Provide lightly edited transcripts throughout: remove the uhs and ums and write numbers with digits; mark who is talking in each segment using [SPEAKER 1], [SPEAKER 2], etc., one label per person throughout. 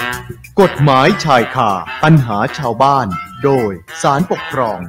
[SPEAKER 1] กฎหมายชายคาปัญหาชาวบ้านโดยศาลปกครอง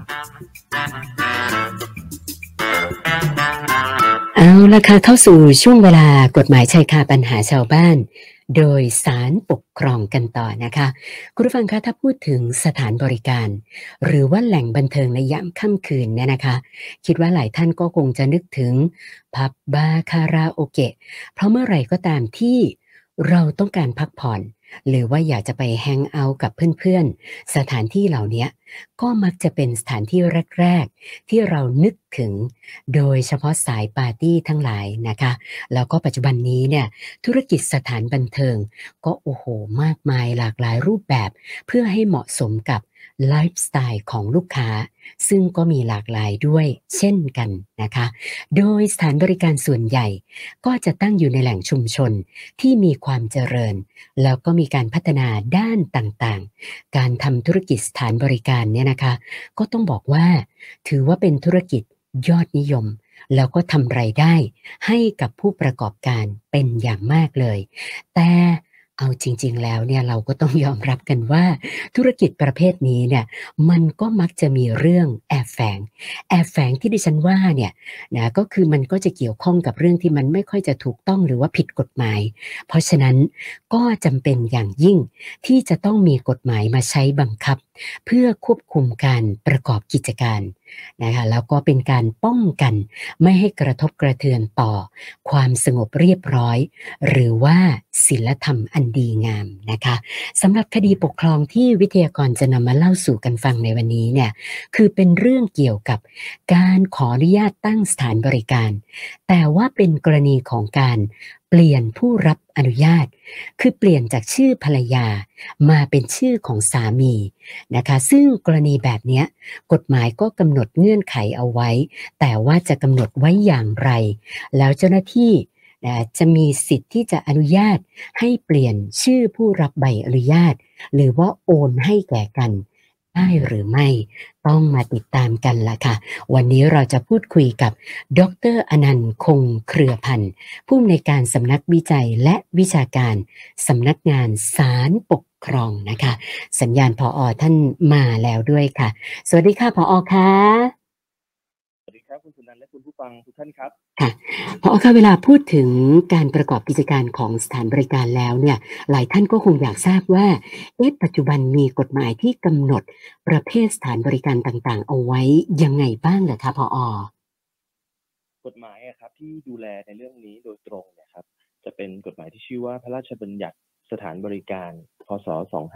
[SPEAKER 2] เอาละค่ะเข้าสู่ช่วงเวลากฎหมายชายคาปัญหาชาวบ้านโดยศาลปกครองกันต่อนะคะคุณผู้ฟังคะถ้าพูดถึงสถานบริการหรือว่าแหล่งบันเทิงในยามค่ำคืนเนี่ยนะคะคิดว่าหลายท่านก็คงจะนึกถึงผับบาร์คาราโอเกะเพราะเมื่อไหร่ก็ตามที่เราต้องการพักผ่อนหรือว่าอยากจะไปแฮงเอาท์กับเพื่อนๆสถานที่เหล่านี้ก็มักจะเป็นสถานที่แรกๆที่เรานึกถึงโดยเฉพาะสายปาร์ตี้ทั้งหลายนะคะแล้วก็ปัจจุบันนี้เนี่ยธุรกิจสถานบันเทิงก็โอ้โหมากมายหลากหลายรูปแบบเพื่อให้เหมาะสมกับไลฟ์สไตล์ของลูกค้าซึ่งก็มีหลากหลายด้วยเช่นกันนะคะโดยสถานบริการส่วนใหญ่ก็จะตั้งอยู่ในแหล่งชุมชนที่มีความเจริญแล้วก็มีการพัฒนาด้านต่างๆการทำธุรกิจสถานบริการเนี่ยนะคะก็ต้องบอกว่าถือว่าเป็นธุรกิจยอดนิยมแล้วก็ทำรายได้ให้กับผู้ประกอบการเป็นอย่างมากเลยแต่เอาจริงๆแล้วเนี่ยเราก็ต้องยอมรับกันว่าธุรกิจประเภทนี้เนี่ยมันก็มักจะมีเรื่องแอบแฝงที่ดิฉันว่าเนี่ยนะก็คือมันก็จะเกี่ยวข้องกับเรื่องที่มันไม่ค่อยจะถูกต้องหรือว่าผิดกฎหมายเพราะฉะนั้นก็จำเป็นอย่างยิ่งที่จะต้องมีกฎหมายมาใช้บังคับเพื่อควบคุมการประกอบกิจการนะคะแล้วก็เป็นการป้องกันไม่ให้กระทบกระเทือนต่อความสงบเรียบร้อยหรือว่าศีลธรรมอันดีงามนะคะสำหรับคดีปกครองที่วิทยากรจะนำมาเล่าสู่กันฟังในวันนี้เนี่ยคือเป็นเรื่องเกี่ยวกับการขออนุญาตตั้งสถานบริการแต่ว่าเป็นกรณีของการเปลี่ยนผู้รับอนุญาตคือเปลี่ยนจากชื่อภรรยามาเป็นชื่อของสามีนะคะซึ่งกรณีแบบนี้กฎหมายก็กำหนดเงื่อนไขเอาไว้แต่ว่าจะกำหนดไว้อย่างไรแล้วเจ้าหน้าที่จะมีสิทธิ์ที่จะอนุญาตให้เปลี่ยนชื่อผู้รับใบอนุญาตหรือว่าโอนให้แก่กันได้หรือไม่ต้องมาติดตามกันล่ะค่ะวันนี้เราจะพูดคุยกับดร.อนันต์คงเครือพันธ์ผู้อำนวยการสำนักวิจัยและวิชาการสำนักงานศาลปกครองนะคะสัญญาณผอ.ท่านมาแล้วด้วยค่ะสวัสดีค่ะผอ.ค่ะ
[SPEAKER 3] สวัสดีครับคุณสุนันท์และคุณผู้ฟังทุกท่านครับ
[SPEAKER 2] ค่ะผอ.คะเวลาพูดถึงการประกอบกิจการของสถานบริการแล้วเนี่ยหลายท่านก็คงอยากทราบว่าปัจจุบันมีกฎหมายที่กำหนดประเภทสถานบริการต่างๆเอาไว้ยังไงบ้างเหรอคะผอ.
[SPEAKER 3] กฎหมายครับที่ดูแลในเรื่องนี้โดยตรงเนี่ยครับจะเป็นกฎหมายที่ชื่อว่าพระราชบัญญัติสถานบริการพ.ศ.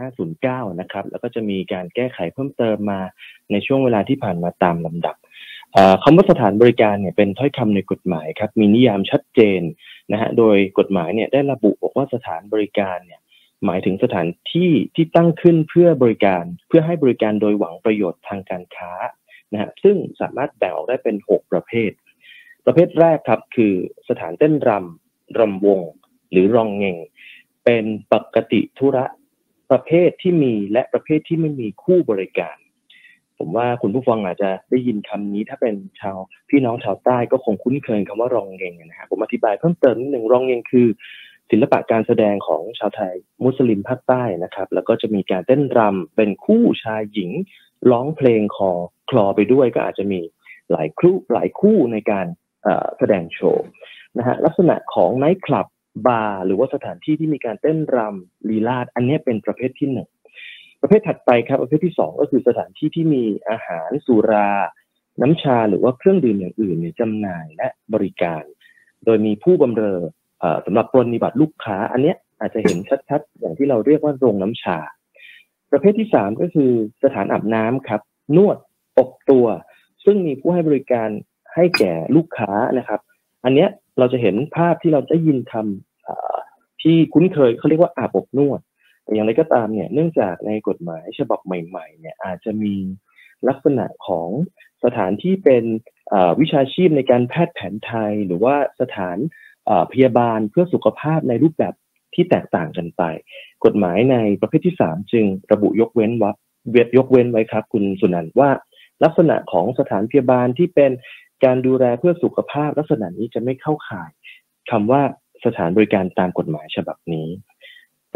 [SPEAKER 3] 2509นะครับแล้วก็จะมีการแก้ไขเพิ่มเติมมาในช่วงเวลาที่ผ่านมาตามลำดับคำว่าสถานบริการเนี่ยเป็นถ้อยคำในกฎหมายครับมีนิยามชัดเจนนะฮะโดยกฎหมายเนี่ยได้ระบุบอกว่าสถานบริการเนี่ยหมายถึงสถานที่ที่ตั้งขึ้นเพื่อบริการเพื่อให้บริการโดยหวังประโยชน์ทางการค้านะฮะซึ่งสามารถแบ่งออกได้เป็น6ประเภทแรกครับคือสถานเต้นรำวงหรือรองเงงเป็นปกติธุระประเภทที่มีและประเภทที่ไม่มีคู่บริการผมว่าคุณผู้ฟังอาจจะได้ยินคำนี้ถ้าเป็นพี่น้องชาวใต้ก็คงคุ้นเคยคำว่ารองเงงนะฮะผมอธิบายเพิ่มเติมนิดนึงรองเงงคือศิลปะการแสดงของชาวไทยมุสลิมภาคใต้นะครับแล้วก็จะมีการเต้นรำเป็นคู่ชายหญิงร้องเพลงคลอไปด้วยก็อาจจะมีหลายคู่ในการแสดงโชว์นะฮะลักษณะของไนท์คลับบาร์หรือว่าสถานที่ที่มีการเต้นรำลีลาศอันนี้เป็นประเภทที่1ประเภทถัดไปครับประเภทที่2ก็คือสถานที่ที่มีอาหารสุราน้ำชาหรือว่าเครื่องดื่มอย่างอื่นจำหน่ายและบริการโดยมีผู้บำเรอสำหรับปรนนิบัติลูกค้าอันนี้อาจจะเห็นชัดๆอย่างที่เราเรียกว่าโรงน้ำชาประเภทที่3ก็คือสถานอาบน้ำครับนวดอบตัวซึ่งมีผู้ให้บริการให้แก่ลูกค้านะครับอันเนี้ยเราจะเห็นภาพที่เราได้ยินคำที่คุ้นเคยเขาเรียกว่าอาบอบนวดแต่อย่างไรก็ตามเนี่ยเนื่องจากในกฎหมายฉบับใหม่ๆเนี่ยอาจจะมีลักษณะของสถานที่เป็นวิชาชีพในการแพทย์แผนไทยหรือว่าสถานพยาบาลเพื่อสุขภาพในรูปแบบที่แตกต่างกันไปกฎหมายในประเภทที่3จึงระบุยกเว้นไว้ครับคุณสุนันท์ว่าลักษณะของสถานพยาบาลที่เป็นการดูแลเพื่อสุขภาพลักษณะนี้จะไม่เข้าข่ายคำว่าสถานบริการตามกฎหมายฉบับนี้ป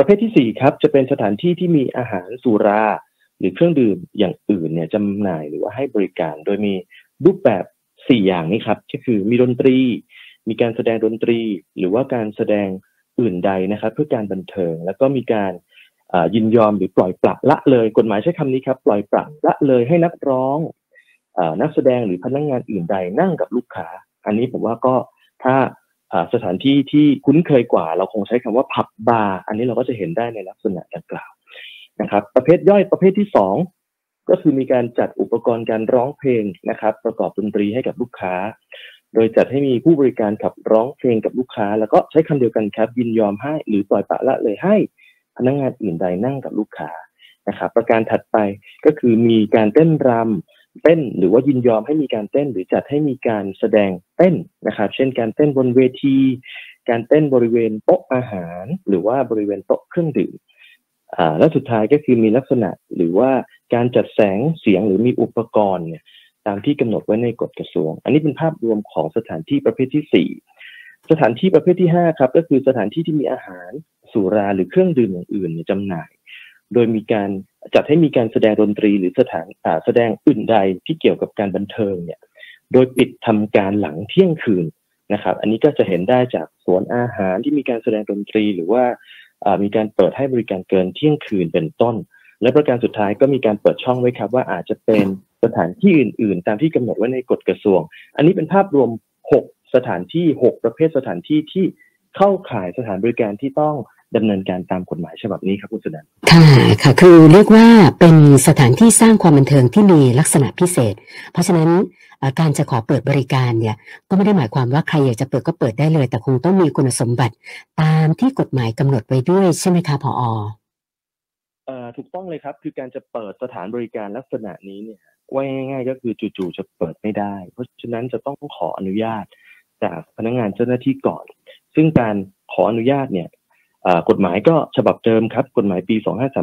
[SPEAKER 3] ประเภทที่4ครับจะเป็นสถานที่ที่มีอาหารสุราหรือเครื่องดื่มอย่างอื่นเนี่ยจำหน่ายหรือว่าให้บริการโดยมีรูปแบบ4อย่างนี้ครับก็คือมีดนตรีมีการแสดงดนตรีหรือว่าการแสดงอื่นใดนะครับเพื่อการบันเทิงแล้วก็มีการยินยอมหรือปล่อยปละละเลยกฎหมายใช้คำนี้ครับปล่อยปละละเลยให้นักร้องนักแสดงหรือพนักงานอื่นใดนั่งกับลูกค้าอันนี้ผมว่าก็ถ้าสถานที่ที่คุ้นเคยกว่าเราคงใช้คำว่าผับบาร์อันนี้เราก็จะเห็นได้ในลักษณะดังกล่าวนะครับประเภทย่อยประเภทที่2ก็คือมีการจัดอุปกรณ์การร้องเพลงนะครับประกอบดนตรีให้กับลูกค้าโดยจัดให้มีผู้บริการขับร้องเพลงกับลูกค้าแล้วก็ใช้คำเดียวกันครับยินยอมให้หรือปล่อยปละละเลยให้พนักงานอื่นใดนั่งกับลูกค้านะครับประการถัดไปก็คือมีการเต้นรำเต้นหรือว่ายินยอมให้มีการเต้นหรือจัดให้มีการแสดงเต้นนะครับเช่นการเต้นบนเวทีการเต้นบริเวณโต๊ะอาหารหรือว่าบริเวณโต๊ะเครื่องดื่มและสุดท้ายก็คือมีลักษณะหรือว่าการจัดแสงเสียงหรือมีอุปกรณ์เนี่ยตามที่กำหนดไว้ในกฎกระทรวงอันนี้เป็นภาพรวมของสถานที่ประเภทที่4สถานที่ประเภทที่5ครับก็คือสถานที่ที่มีอาหารสุราหรือเครื่องดื่มอย่างอื่นจำหน่ายโดยมีการจัดให้มีการแสดงดนตรีหรือแสดงอื่นใดที่เกี่ยวกับการบันเทิงเนี่ยโดยปิดทำการหลังเที่ยงคืนนะครับอันนี้ก็จะเห็นได้จากสวนอาหารที่มีการแสดงดนตรีหรือว่ามีการเปิดให้บริการเกินเที่ยงคืนเป็นต้นและประการสุดท้ายก็มีการเปิดช่องไว้ครับว่าอาจจะเป็นสถานที่อื่นๆตามที่กำหนดไว้ในกฎกระทรวงอันนี้เป็นภาพรวม6สถานที่6ประเภทสถานที่ที่เข้าข่ายสถานบริการที่ต้องดำเนินการตามกฎหมายฉบับนี้ครับคุณสุนันท์
[SPEAKER 2] ค่ะคือเรียกว่าเป็นสถานที่สร้างความบันเทิงที่มีลักษณะพิเศษเพราะฉะนั้นการจะขอเปิดบริการเนี่ยก็ไม่ได้หมายความว่าใครอยากจะเปิดก็เปิดได้เลยแต่คงต้องมีคุณสมบัติตามที่กฎหมายกำหนดไว้ด้วยใช่ไหมคะผอ.
[SPEAKER 3] ถูกต้องเลยครับคือการจะเปิดสถานบริการลักษณะนี้เนี่ยว่าง่ายๆก็คือจู่ๆจะเปิดไม่ได้เพราะฉะนั้นจะต้องขออนุญาตจากพนักงานเจ้าหน้าที่ก่อนซึ่งการขออนุญาตเนี่ยกฎหมายก็ฉบับเดิมครับกฎหมายปี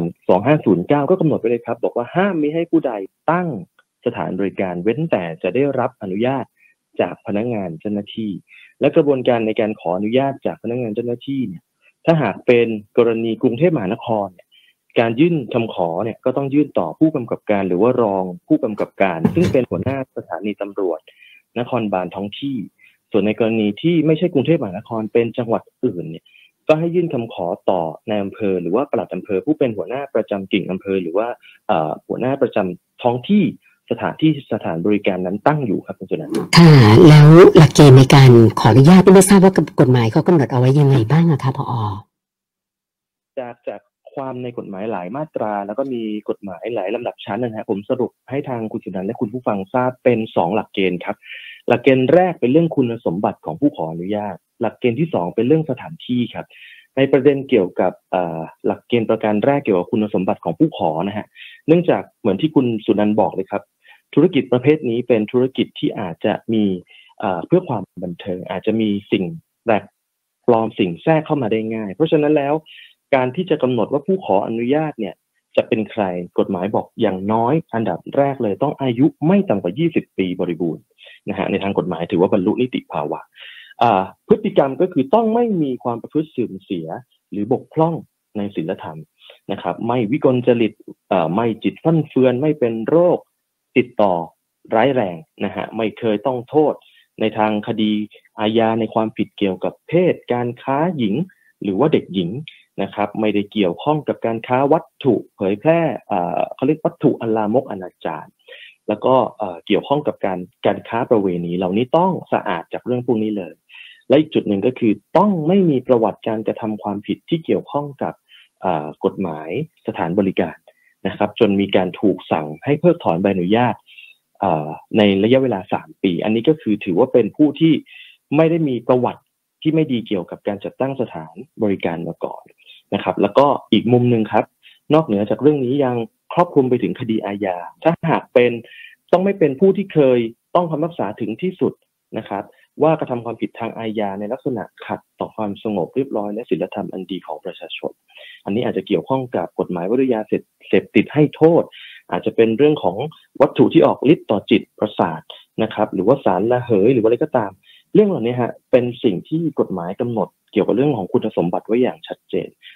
[SPEAKER 3] 2509ก็กำหนดไว้เลยครับบอกว่าห้ามมิให้ผู้ใดตั้งสถานบริการเว้นแต่จะได้รับอนุญาตจากพนักงานเจ้าหน้าที่และกระบวนการในการขออนุญาตจากพนักงานเจ้าหน้าที่เนี่ยถ้าหากเป็นกรณีกรุงเทพมหานครเนี่ยการยื่นคำขอเนี่ยก็ต้องยื่นต่อผู้กำกับการหรือว่ารองผู้กำกับการซึ่งเป็นหัวหน้าสถานีตำรวจนครบาลท้องที่ส่วนในกรณีที่ไม่ใช่กรุงเทพมหานครเป็นจังหวัดอื่นเนี่ยก็ให้ยื่นคำขอต่อในอำเภอหรือว่าปลัดอำเภอผู้เป็นหัวหน้าประจำกิ่งอำเภอหรือว่าหัวหน้าประจำท้องที่สถานบริการนั้นตั้งอยู่ครับคุณสุนันท์
[SPEAKER 2] ค่ะแล้วหลักเกณฑ์ในการขออนุญาตไม่ทราบว่ากฎหมายเขากำหนดเอาไว้ยังไงบ้างอะคะผอ.
[SPEAKER 3] จากความในกฎหมายหลายมาตราแล้วก็มีกฎหมายหลายลำดับชั้นนะฮะผมสรุปให้ทางคุณสุนันท์และคุณผู้ฟังทราบเป็น2หลักเกณฑ์ครับหลักเกณฑ์แรกเป็นเรื่องคุณสมบัติของผู้ขออนุญาตหลักเกณฑ์ที่2เป็นเรื่องสถานที่ครับในประเด็นเกี่ยวกับหลักเกณฑ์ประการแรกเกี่ยวกับคุณสมบัติของผู้ขอนะฮะเนื่องจากเหมือนที่คุณสุนันท์บอกเลยครับธุรกิจประเภทนี้เป็นธุรกิจที่อาจจะมีเพื่อความบันเทิงอาจจะมีสิ่งแปลกปลอมสิ่งแทรกเข้ามาได้ง่ายเพราะฉะนั้นแล้วการที่จะกำหนดว่าผู้ขออนุญาตเนี่ยจะเป็นใครกฎหมายบอกอย่างน้อยอันดับแรกเลยต้องอายุไม่ต่ำกว่า20ปีบริบูรณ์นะฮะในทางกฎหมายถือว่าบรรลุนิติภาวะพฤติกรรมก็คือต้องไม่มีความประพฤติเสื่อมเสียหรือบกพร่องในศีลธรรมนะครับไม่วิกลจริตไม่จิตฟั่นเฟือนไม่เป็นโรคติดต่อร้ายแรงนะฮะไม่เคยต้องโทษในทางคดีอาญาในความผิดเกี่ยวกับเพศการค้าหญิงหรือว่าเด็กหญิงนะครับไม่ได้เกี่ยวข้องกับการค้าวัตถุเผยแพร่เขาเรียกวัตถุอันลามกอนาจารแล้วก็เกี่ยวข้องกับการค้าประเวณีเหล่านี้ต้องสะอาดจากเรื่องพวกนี้เลยและอีกจุดหนึ่งก็คือต้องไม่มีประวัติการกระทำความผิดที่เกี่ยวข้องกับกฎหมายสถานบริการนะครับจนมีการถูกสั่งให้เพิกถอนใบอนุญาตในระยะเวลา3ปีอันนี้ก็คือถือว่าเป็นผู้ที่ไม่ได้มีประวัติที่ไม่ดีเกี่ยวกับการจัดตั้งสถานบริการมาก่อนนะครับแล้วก็อีกมุมหนึ่งครับนอกเหนือจากเรื่องนี้ยังครอบคลุมไปถึงคดีอาญาถ้าหากเป็นต้องไม่เป็นผู้ที่เคยต้องคำพิพากษาถึงที่สุดนะครับว่ากระทำความผิดทางอาญาในลักษณะขัดต่อความสงบเรียบร้อยและศีลธรรมอันดีของประชาชนอันนี้อาจจะเกี่ยวข้องกับกฎหมายว่าด้วยยาเสพติดให้โทษอาจจะเป็นเรื่องของวัตถุที่ออกฤทธิ์ต่อจิตประสาทนะครับหรือว่าสารระเหยหรืออะไรก็ตามเรื่องเหล่านี้ฮะเป็นสิ่งที่กฎหมายกำหนดเกี่ยวกับเรื่องของคุณสมบัติไว้อย่างชัดเจน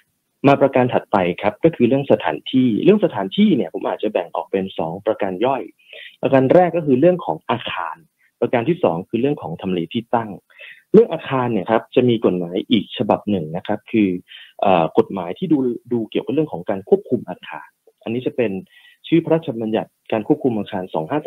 [SPEAKER 3] มาประการถัดไปครับก็คือเรื่องสถานที่เนี่ยผมอาจจะแบ่งออกเป็น2ประการย่อยประการแรกก็คือเรื่องของอาคารประการที่2คือเรื่องของทำเลที่ตั้งเรื่องอาคารเนี่ยครับจะมีกฎหมายอีกฉบับหนึ่งนะครับคือกฎหมายที่ดูเกี่ยวกับเรื่องของการควบคุมอาคารอันนี้จะเป็นชื่อพระราชบัญญัติการควบคุมอาคาร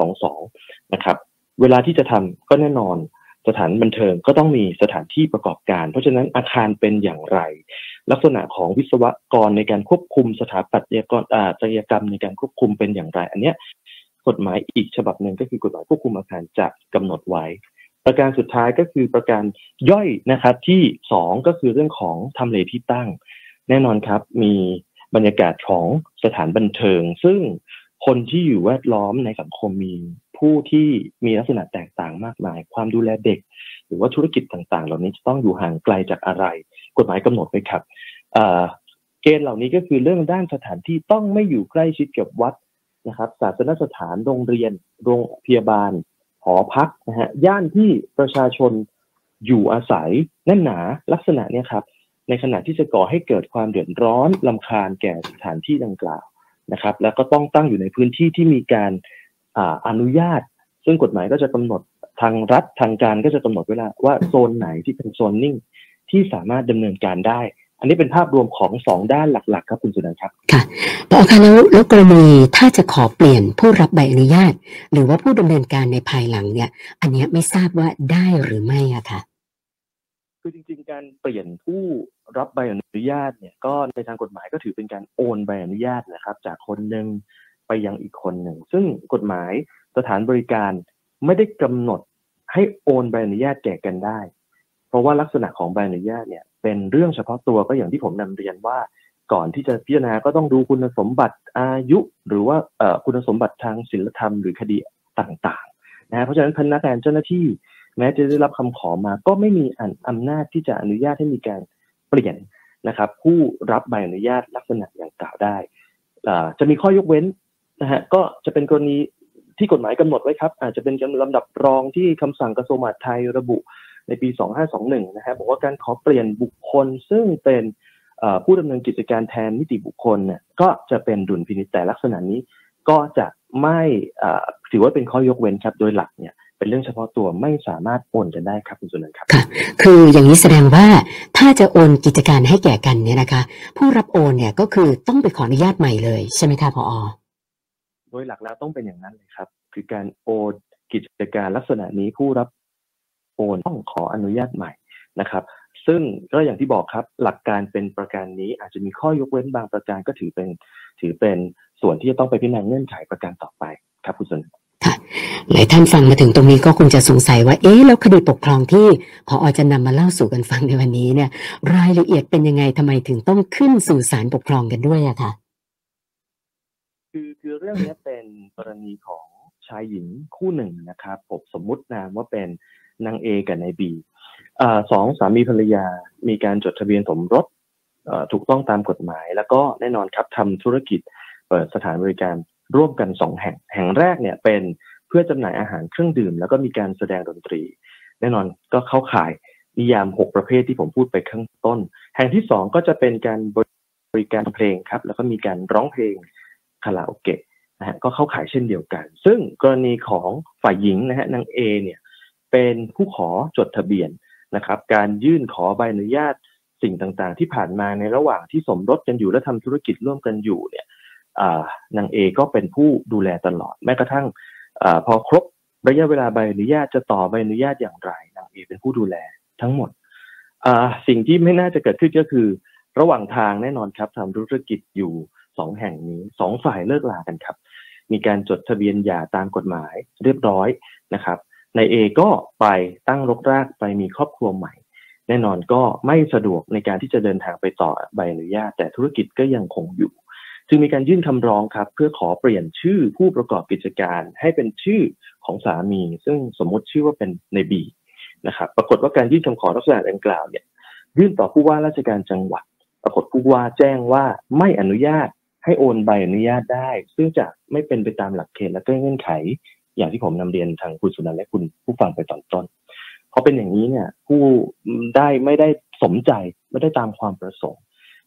[SPEAKER 3] 2522นะครับเวลาที่จะทำก็แน่นอนสถานบันเทิงก็ต้องมีสถานที่ประกอบการเพราะฉะนั้นอาคารเป็นอย่างไรลักษณะของวิศวกรในการควบคุมสถาปัตยกรจริยกรรมในการควบคุมเป็นอย่างไรอันเนี้ยกฎหมายอีกฉบับหนึ่งก็คือกฎหมายควบคุมอาคารจะกำหนดไว้ประการสุดท้ายก็คือประการย่อยนะครับที่2ก็คือเรื่องของทำเลที่ตั้งแน่นอนครับมีบรรยากาศของสถานบันเทิงซึ่งคนที่อยู่แวดล้อมในสังคมมีผู้ที่มีลักษณะแตกต่างมากมายความดูแลเด็กหรือว่าธุรกิจต่างๆเหล่านี้จะต้องอยู่ห่างไกลจากอะไรกฎหมายกำหนดไว้ครับเกณฑ์เหล่านี้ก็คือเรื่องด้านสถานที่ต้องไม่อยู่ใกล้ชิดกับวัดนะครับศาสนสถานโรงเรียนโรงพยาบาลหอพักนะฮะย่านที่ประชาชนอยู่อาศัยแน่นหนาลักษณะเนี้ยครับในขณะที่จะก่อให้เกิดความเดือดร้อนรำคาญแก่สถานที่ดังกล่าวนะครับแล้วก็ต้องตั้งอยู่ในพื้นที่ที่มีการอนุญาตซึ่งกฎหมายก็จะกำหนดทางรัฐทางการก็จะกำหนดเวลาว่าโซนไหนที่เป็นโซนนิ่งที่สามารถดำเนินการได้อันนี้เป็นภาพรวมของ2ด้านหลักๆครับคุณสุนันท์ครับ
[SPEAKER 2] ค่ะผอ.คะแล้วกรณีถ้าจะขอเปลี่ยนผู้รับใบอนุญาตหรือว่าผู้ดำเนินการในภายหลังเนี่ยอันนี้ไม่ทราบว่าได้หรือไม่อะค่ะ
[SPEAKER 3] คือจริงๆการเปลี่ยนผู้รับใบอนุญาตเนี่ยก็ในทางกฎหมายก็ถือเป็นการโอนใบอนุญาตนะครับจากคนหนึ่งไปยังอีกคนหนึ่งซึ่งกฎหมายสถานบริการไม่ได้กำหนดให้โอนใบอนุญาตแก่กันได้เพราะว่าลักษณะของใบอนุญาตเนี่ยเป็นเรื่องเฉพาะตัวก็อย่างที่ผมนำเรียนว่าก่อนที่จะพิจารณาก็ต้องดูคุณสมบัติอายุหรือว่าคุณสมบัติทางศีลธรรมหรือคดีต่างๆนะเพราะฉะนั้นพนักงานเจ้าหน้าที่แม้จะได้รับคำขอมาก็ไม่มีอำนาจที่จะอนุญาตให้มีการเปลี่ยนนะครับผู้รับใบอนุญาตลักษณะอย่างกล่าวได้จะมีข้อยกเว้นนะฮะก็จะเป็นกรณีที่กฎหมายกำหนดไว้ครับอาจจะเป็นลำดับรองที่คำสั่งกระทรวงมหาดไทยระบุในปี2521นะฮะบอกว่าการขอเปลี่ยนบุคคลซึ่งเป็นผู้ดำเนินกิจการแทนนิติบุคคลเนี่ยก็จะเป็นดุลพินิจแต่ลักษณะนี้ก็จะไม่ถือว่าเป็นข้อยกเว้นครับโดยหลักเนี่ยเป็นเรื่องเฉพาะตัวไม่สามารถโอนกันได้ครับคุณสุนันท์ครับ
[SPEAKER 2] ค่ะคืออย่างนี้แสดงว่าถ้าจะโอนกิจการให้แก่กันเนี่ยนะคะผู้รับโอนเนี่ยก็คือต้องไปขออนุญาตใหม่เลยใช่ไหมคะผอ.
[SPEAKER 3] โดยหลักแล้วต้องเป็นอย่างนั้นเลยครับคือการโอนกิจการลักษณะนี้ผู้รับโอนต้องขออนุญาตใหม่นะครับซึ่งก็อย่างที่บอกครับหลักการเป็นประการนี้อาจจะมีข้อยกเว้นบางประการก็ถือเป็นส่วนที่จะต้องไปพิจารณาเงื่อนไขประการต่อไปครับคุณสุน
[SPEAKER 2] ค่ะหลายท่านฟังมาถึงตรงนี้ก็คงจะสงสัยว่าแล้วคดีปกครองที่ผอ.จะนำมาเล่าสู่กันฟังในวันนี้เนี่ยรายละเอียดเป็นยังไงทำไมถึงต้องขึ้นสู่ศาลปกครองกันด้วยอะค่ะ
[SPEAKER 3] คือเรื่องนี้เป็นกรณีของชายหญิงคู่หนึ่งนะครับผมสมมุตินามว่าเป็นนางเอกับนายบีสองสามีภรรยามีการจดทะเบียนสมรสถูกต้องตามกฎหมายแล้วก็แน่นอนครับทำธุรกิจเปิดสถานบริการร่วมกัน2แห่งแรกเนี่ยเป็นเพื่อจำหน่ายอาหารเครื่องดื่มแล้วก็มีการแสดงดนตรีแน่นอนก็เข้าข่ายนิยาม6ประเภทที่ผมพูดไปข้างต้นแห่งที่2ก็จะเป็นการบริการเพลงครับแล้วก็มีการร้องเพลงคาราโอเกะนะฮะก็เข้าข่ายเช่นเดียวกันซึ่งกรณีของฝ่ายหญิงนะฮะนางเอเนี่ยเป็นผู้ขอจดทะเบียนนะครับการยื่นขอใบอนุญาตสิ่งต่างๆที่ผ่านมาในระหว่างที่สมรสกันอยู่และทำธุรกิจร่วมกันอยู่เนี่ยนางเอก็เป็นผู้ดูแลตลอดแม้กระทั่งพอครบระยะเวลาใบอนุญาตจะต่อใบอนุญาตอย่างไรนางเอเป็นผู้ดูแลทั้งหมดสิ่งที่ไม่น่าจะเกิดขึ้นก็คือระหว่างทางแน่นอนครับทำธุรกิจอยู่2แห่งนี้2ฝ่ายเลิกลากันครับมีการจดทะเบียนหย่าตามกฎหมายเรียบร้อยนะครับนายเอก็ไปตั้งรกรากไปมีครอบครัวใหม่แน่นอนก็ไม่สะดวกในการที่จะเดินทางไปต่อใบอนุญาตแต่ธุรกิจก็ยังคงอยู่จึงมีการยื่นคำร้องครับเพื่อขอเปลี่ยนชื่อผู้ประกอบกิจการให้เป็นชื่อของสามีซึ่งสมมติชื่อว่าเป็นนายบีนะครับปรากฏว่าการยื่นคำขอลักษณะดังกล่าวเนี่ยยื่นต่อผู้ว่าราชการจังหวัดปรากฏผู้ว่าแจ้งว่าไม่อนุญาตให้โอนใบอนุญาตได้ซึ่งจะไม่เป็นไปตามหลักเกณฑ์และก็เงื่อนไขอย่างที่ผมนำเรียนทางคุณสุนันท์และคุณผู้ฟังไปตอนต้นพอเป็นอย่างนี้เนี่ยผู้ได้ไม่ได้สมใจไม่ได้ตามความประสงค์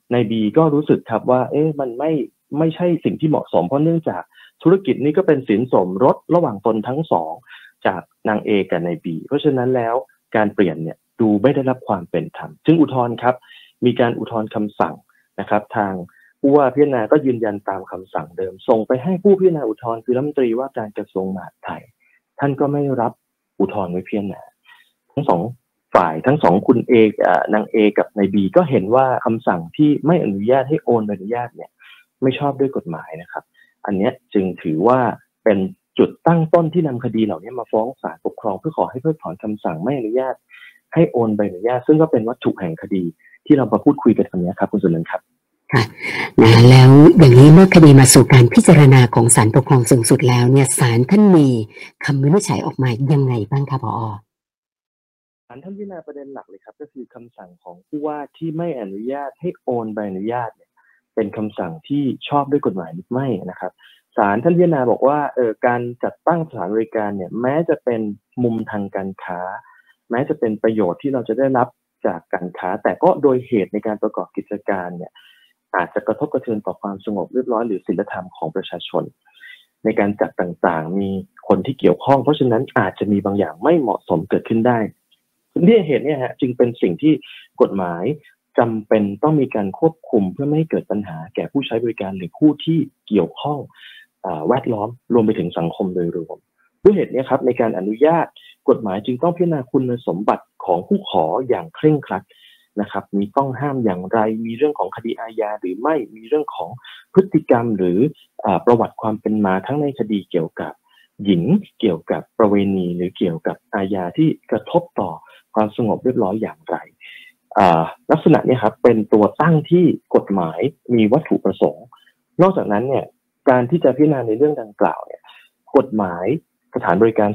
[SPEAKER 3] นายบีก็รู้สึกครับว่ามันไม่ใช่สิ่งที่เหมาะสมเพราะเนื่องจากธุรกิจนี้ก็เป็นสินสมรสระหว่างตนทั้งสองจากนางเอกับนายบีเพราะฉะนั้นแล้วการเปลี่ยนเนี่ยดูไม่ได้รับความเป็นธรรมจึงอุทธรณ์ครับมีการอุทธรณ์คำสั่งนะครับทางผู้ว่าพิจารณาก็ยืนยันตามคำสั่งเดิมส่งไปให้ผู้พิจารณาอุทธรณ์คือรัฐมนตรีว่าการกระทรวงมหาดไทยท่านก็ไม่รับอุทธรณ์ไว้พิจารณาทั้งสองฝ่ายทั้งสองคุณเอนางเอกับนายบีก็เห็นว่าคำสั่งที่ไม่อนุญาตให้โอนใบอนุญาตเนี่ยไม่ชอบด้วยกฎหมายนะครับอันนี้จึงถือว่าเป็นจุดตั้งต้นที่นำคดีเหล่านี้มาฟ้องศาลปกครองเพื่อขอให้เพิกถอนคำสั่งไม่อนุญาตให้โอนใบอนุญาตซึ่งก็เป็นวัตถุแห่งคดีที่เรามาพูดคุยกันวันนี้ครับคุณสุนันท์ครับ
[SPEAKER 2] ค่ะแล้วอย่างนี้เมื่อคดีมาสู่การพิจารณาของศาลปกครองสูงสุดแล้วเนี่ยศาลท่านมีคำวินิจฉัยออกมายังไงบ้างคะผอ.
[SPEAKER 3] ศาลท่านพิจารณาประเด็นหลักเลยครับก็คือคำสั่งของผู้ว่าที่ไม่อนุญาตให้โอนใบอนุญาตเนี่ยเป็นคำสั่งที่ชอบด้วยกฎหมายหรือไม่นะครับศาลท่านพิจารณาบอกว่าการจัดตั้งสถานบริการเนี่ยแม้จะเป็นมุมทางการค้าแม้จะเป็นประโยชน์ที่เราจะได้รับจากการค้าแต่ก็โดยเหตุในการประกอบกิจการเนี่ยอาจจะกระทบกระเทือนต่อความสงบเรียบร้อยหรือศีลธรรมของประชาชนในการจัดต่างๆมีคนที่เกี่ยวข้องเพราะฉะนั้นอาจจะมีบางอย่างไม่เหมาะสมเกิดขึ้นได้ด้วยเหตุนี้จึงเป็นสิ่งที่กฎหมายจำเป็นต้องมีการควบคุมเพื่อไม่ให้เกิดปัญหาแก่ผู้ใช้บริการหรือผู้ที่เกี่ยวข้องแวดล้อมรวมไปถึงสังคมโดยรวมด้วยเหตุนี้ครับในการอนุญาตกฎหมายจึงต้องพิจารณาคุณสมบัติของผู้ขออย่างเคร่งครัดนะครับมีต้องห้ามอย่างไรมีเรื่องของคดีอาญาหรือไม่มีเรื่องของพฤติกรรมหรือประวัติความเป็นมาทั้งในคดีเกี่ยวกับหญิงเกี่ยวกับประเวณีหรือเกี่ยวกับอาญาที่กระทบต่อความสงบเรียบร้อยอย่างไรลักษณะนี้ครับเป็นตัวตั้งที่กฎหมายมีวัตถุประสงค์นอกจากนั้นเนี่ยการที่จะพิจารณาในเรื่องดังกล่าวเนี่ยกฎหมายสถานบริการ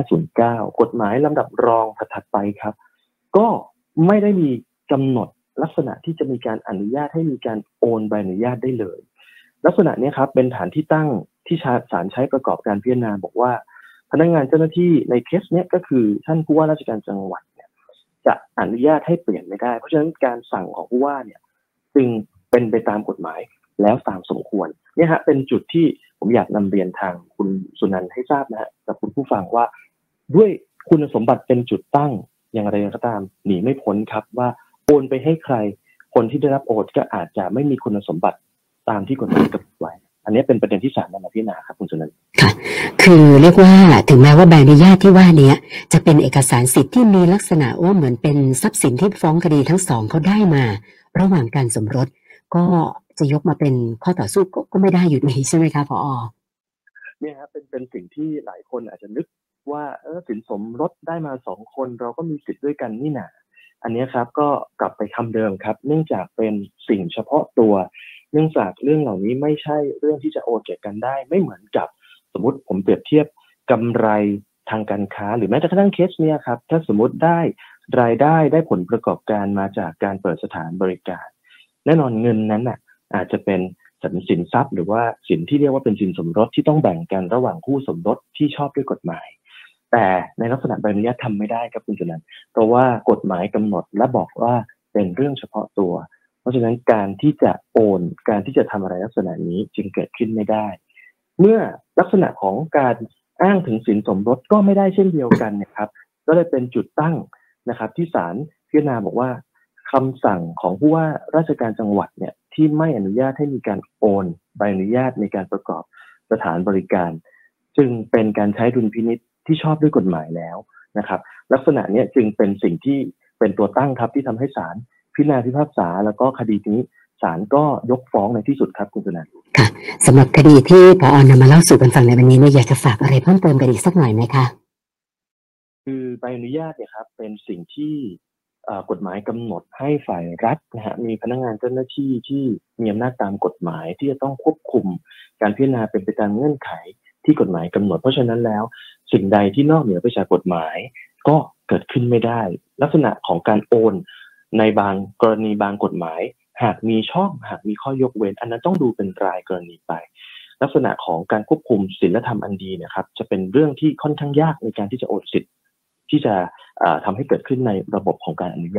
[SPEAKER 3] 2509กฎหมายลำดับรองถัดไปครับก็ไม่ได้มีกำหนดลักษณะที่จะมีการอนุญาตให้มีการโอนใบอนุญาตได้เลยลักษณะนี้ครับเป็นฐานที่ตั้งที่ศาลใช้ประกอบการพิจารณาบอกว่าพนักงานเจ้าหน้าที่ในเคสนี้ก็คือท่านผู้ว่าราชการจังหวัดเนี่ยจะอนุญาตให้เปลี่ยนไม่ได้เพราะฉะนั้นการสั่งของผู้ว่าเนี่ยจึงเป็นไปตามกฎหมายแล้วตามสมควรเนี่ยฮะเป็นจุดที่ผมอยากนำเรียนทางคุณสุนันท์ให้ทราบนะฮะกับคุณผู้ฟังว่าด้วยคุณสมบัติเป็นจุดตั้งอย่างไรก็ตามหนีไม่พ้นครับว่าโอนไปให้ใครคนที่ได้รับโอนก็อาจจะไม่มีคุณสมบัติตามที่กฎหมายกำหนดไว้อันนี้เป็นประเด็นที่ศาลนำมาพิจารณาครับคุณสุนันท์
[SPEAKER 2] ค่ะคือเรียกว่าถึงแม้ว่าใบอนุญาตที่ว่านี้จะเป็นเอกสารสิทธิ์ที่มีลักษณะว่าเหมือนเป็นทรัพย์สินที่ฟ้องคดีทั้งสองเขาได้มาระหว่างการสมรสก็จะยกมาเป็นข้อต่อสู้ก็ไม่ได้อยู่ดีใช่ไหมคะผอ.
[SPEAKER 3] เนี่ยครับเป็นสิ่งที่หลายคนอาจจะนึกว่าสินสมรสได้มา2คนเราก็มีสิทธิ์ด้วยกันนี่นาอันนี้ครับก็กลับไปคำเดิมครับเนื่องจากเป็นสิ่งเฉพาะตัวเนื่องจากเรื่องเหล่านี้ไม่ใช่เรื่องที่จะโอนแก่กันได้ไม่เหมือนกับสมมติผมเปรียบเทียบกำไรทางการค้าหรือแม้แต่กระทั่งเคสเนี่ยครับถ้าสมมติได้รายได้ผลประกอบการมาจากการเปิดสถานบริการแน่นอนเงินนั้นน่ะอาจจะเป็นสินทรัพย์หรือว่าสินที่เรียกว่าเป็นสินสมรสที่ต้องแบ่งกันระหว่างคู่สมรสที่ชอบด้วยกฎหมายแต่ในลักษณะใบอนุญาตทำไม่ได้ครับคุณจุนันท์เพราะว่ากฎหมายกำหนดและบอกว่าเป็นเรื่องเฉพาะตัวเพราะฉะนั้นการที่จะโอนการที่จะทำอะไรลักษณะนี้จึงเกิดขึ้นไม่ได้เมื่อลักษณะของการอ้างถึงสินสมรสก็ไม่ได้เช่นเดียวกันนะครับก็เลยเป็นจุดตั้งนะครับที่ศาลพิจารณาบอกว่าคำสั่งของผู้ว่าราชการจังหวัดเนี่ยที่ไม่อนุญาตให้มีการโอนใบอนุญาตในการประกอบสถานบริการจึงเป็นการใช้ดุลพินิจที่ชอบด้วยกฎหมายแล้วนะครับลักษณะนี้จึงเป็นสิ่งที่เป็นตัวตั้งครับที่ทำให้ศาลพิจารณาพิพากษาแล้วก็คดีนี้ศาลก็ยกฟ้องในที่สุดครับคุณสุนันท์
[SPEAKER 2] ค่ะสำหรับคดีที่ผอ.นำมาเล่าสู่กันฟังในวันนี้เนี่ยอยากจะฝากอะไรเพิ่มเติมกันอีกสักหน่อยไหมคะ
[SPEAKER 3] คือใบอนุญาตเนี่ยครับเป็นสิ่งที่กฎหมายกำหนดให้ฝ่ายรัฐนะฮะมีพนักงานเจ้าหน้าที่ที่มีอำนาจตามกฎหมายที่จะต้องควบคุมการพิจารณาเป็นไปตามเงื่อนไขที่กฎหมายกำหนดเพราะฉะนั้นแล้วสิ่งใดที่นอกเหนือไปจากกฎหมายก็เกิดขึ้นไม่ได้ลักษณะของการโอนในบางกรณีบางกฎหมายหากมีช่องหากมีข้อยกเว้นอันนั้นต้องดูเป็นรายกรณีไปลักษณะของการควบคุมศีลธรรมอันดีนะครับจะเป็นเรื่องที่ค่อนข้างยากในการที่จะโอนสิทธิ์ที่จะทำให้เกิดขึ้นในระบบของการอนุญาต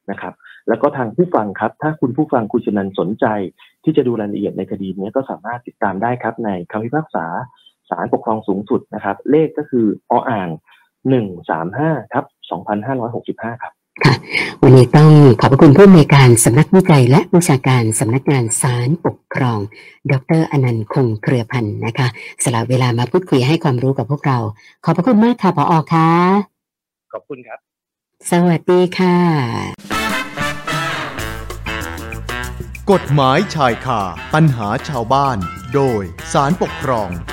[SPEAKER 3] นะครับแล้วก็ทางผู้ฟังครับถ้าคุณผู้ฟังคุณชนันสนใจที่จะดูรายละเอียดในคดีนี้ก็สามารถติดตามได้ครับในคำพิพากษาศาลปกครองสูงสุดนะครับเลขก็คืออ่าง135/2565ครับ
[SPEAKER 2] ค่ะวันนี้ต้องขอบพระคุณผู้อำนวยการสำนักวิจัยและวิชาการสำนักงานศาลปกครองดร.อนันต์คงเครือพันธ์นะคะสละเวลามาพูดคุยให้ความรู้กับพวกเราขอบพระคุณมากค่ะผอ.ค่ะ
[SPEAKER 3] ขอบคุณครับ
[SPEAKER 2] สวัสดีค่ะ
[SPEAKER 1] กฎหมายชายคาปัญหาชาวบ้านโดยศาลปกครอง